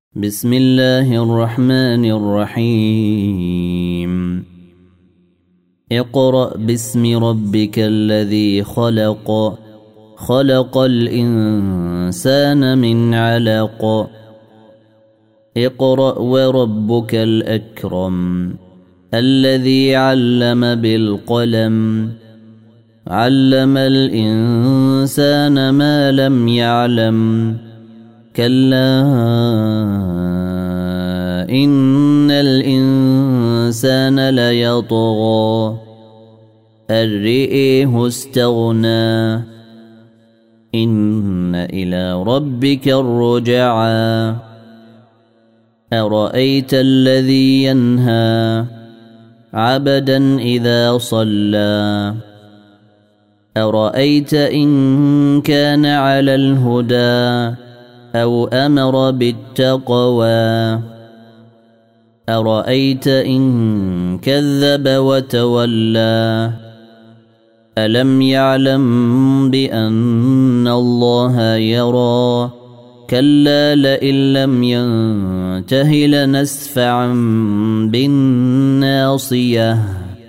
بسم الله الرحمن الرحيم اقرأ باسم ربك الذي خلق خلق الإنسان من علق اقرأ وربك الأكرم الذي علم بالقلم علم الإنسان ما لم يعلم كلا إن الإنسان ليطغى أن رآه استغنى إن إلى ربك الرجعى أرأيت الذي ينهى عبدا إذا صلى أرأيت إن كان على الهدى أو أمر بالتقوى أرأيت إن كذب وتولى ألم يعلم بأن الله يرى كلا لئن لم ينته لنسفعا بالناصية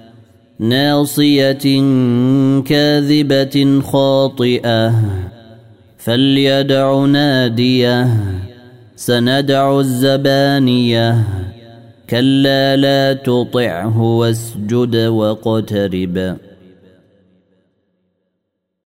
ناصية كاذبة خاطئة فليدع ناديه سندع الزبانية كلا لا تطعه واسجد واقترب